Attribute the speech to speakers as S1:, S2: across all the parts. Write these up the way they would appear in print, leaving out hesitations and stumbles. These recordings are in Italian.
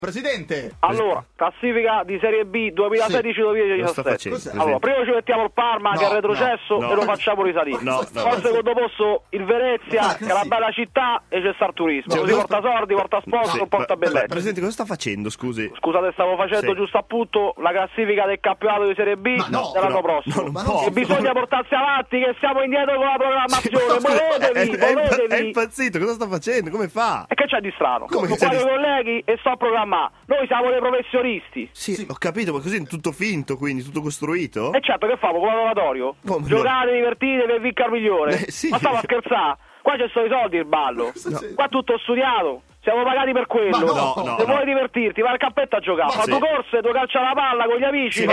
S1: Presidente.
S2: Allora, classifica di Serie B 2016-2017. Allora, prima ci mettiamo il Parma che è retrocesso e lo facciamo risalire. Poi al secondo posto il Venezia, che è una bella città, e c'è sta il turismo. Così porta soldi, porta sponsor, porta bellezza.
S3: Presidente, cosa sta facendo, scusi?
S2: Scusate, stavo facendo giusto appunto la classifica del campionato di Serie B dell'anno prossimo. E bisogna portarsi avanti, che siamo indietro con la programmazione.
S3: È impazzito, cosa sta facendo? Come fa?
S2: E che c'è di strano? Con quali colleghi e sto a programmare. Noi siamo dei professionisti.
S3: Sì, ho capito, ma così è tutto finto, quindi tutto costruito?
S2: E certo, che famo? Come laboratorio? Giocate, divertite per vinca il migliore. Ma stavo a scherzare. Qua ci sono i soldi il ballo. Qua tutto studiato. Siamo pagati per quello. Se vuoi divertirti, vai al campetto a giocare. Fa due corse, due calci alla palla con gli amici.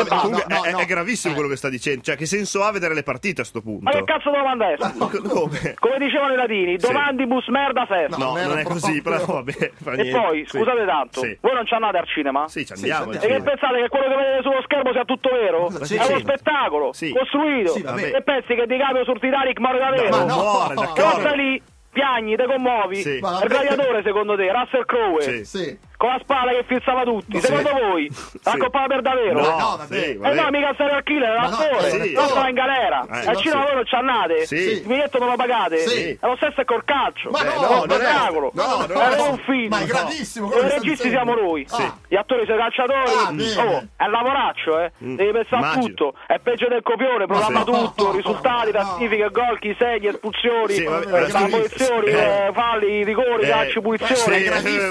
S3: È gravissimo quello che sta dicendo. Cioè, che senso ha vedere le partite a sto punto?
S2: Ma che cazzo domanda è? Come dicevano i latini, domandibus merda fest.
S3: No, non è così, però vabbè.
S2: E poi, scusate tanto, voi non ci andate al cinema?
S3: Sì, ci andiamo.
S2: E che pensate che quello che vedete sullo schermo sia tutto vero? È uno spettacolo costruito. E pensi che DiCaprio sul Titanic muore davvero?
S3: No, muore, d'accordo.
S2: Stai lì, piagni, te commuovi. Il gladiatore, secondo te, Russell Crowe? Con la spada che fissava tutti, secondo voi la coppata per davvero?
S3: No,
S2: no, mica serial killer, l'attore, stava in galera. Al cinema voi non ci andate, il biglietto non lo pagate, è lo stesso col calcio, è uno spettacolo, è un film,
S1: ma è gravissimo.
S2: I registi siamo noi, gli attori sono i calciatori. È un lavoraccio, devi pensare a tutto, è peggio del copione, programma tutto, risultati, classifiche, gol, chi segni, espulsioni, posizioni, falli, rigori, calci, punizioni.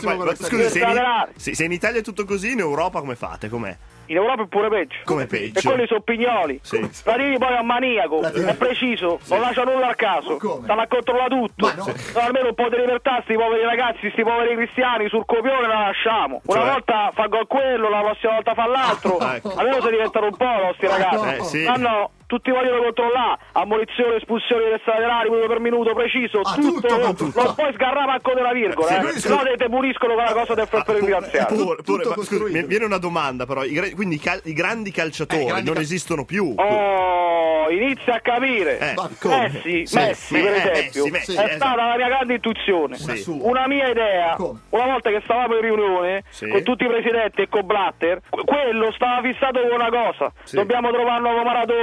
S3: Scusi, se in Italia è tutto così, in Europa come fate? Com'è?
S2: In Europa è pure peggio.
S3: Come peggio?
S2: E quelli sono pignoli. Platini poi è un maniaco, è preciso, non lascia nulla al caso. Stanno a controllare tutto. Almeno un po' di libertà, sti poveri ragazzi, sti poveri cristiani sul copione la lasciamo. Una volta fa gol quello, la prossima volta fa l'altro. Almeno si diventano un po' sti ragazzi. Ma no, tutti vogliono controllare, ammonizione, espulsioni di destra laterali, minuto per minuto, preciso, tutto. Non puoi sgarrare manco della virgola, se no te puliscono con la cosa del fair play finanziario.
S3: Scusi, mi viene una domanda però, quindi i grandi calciatori non esistono più?
S2: Inizia a capire. Messi per esempio è stata la mia grande intuizione, una mia idea. Una volta che stavamo in riunione con tutti i presidenti e con Blatter, quello stava fissato con una cosa: dobbiamo trovare un nuovo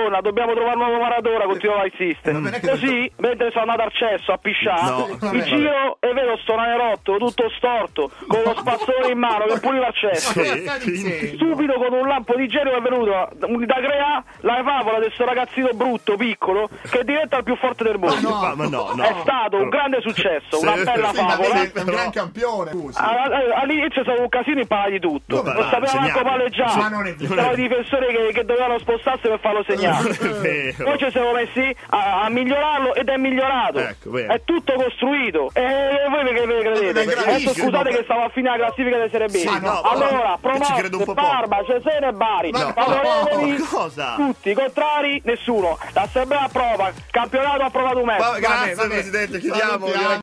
S2: Maradona, continuava a insistere. Così, mentre sono andato al cesso a pisciare, mi giro e vedo sto nanerotto tutto storto con lo spazzone in mano che puliva il cesso. Subito con un lampo di genio è venuto da creare la favola di questo ragazzino brutto, piccolo, che diventa il più forte del mondo. È stato un grande successo, una bella favola.
S1: È un gran campione.
S2: All'inizio stavo un casino impara di tutto, non sapeva manco palleggiare, c'erano i difensori che dovevano spostarsi per farlo segnare. Poi ci siamo messi a migliorarlo ed è migliorato. È tutto costruito. E voi che credete? Adesso scusate che stavo a finire la classifica del Serie B. Allora, promosse, Parma, Cesena e Bari. Favorevoli tutti, contrari nessuno. L'assemblea approva, campionato approvato un mezzo.
S3: Grazie Presidente, chiudiamo.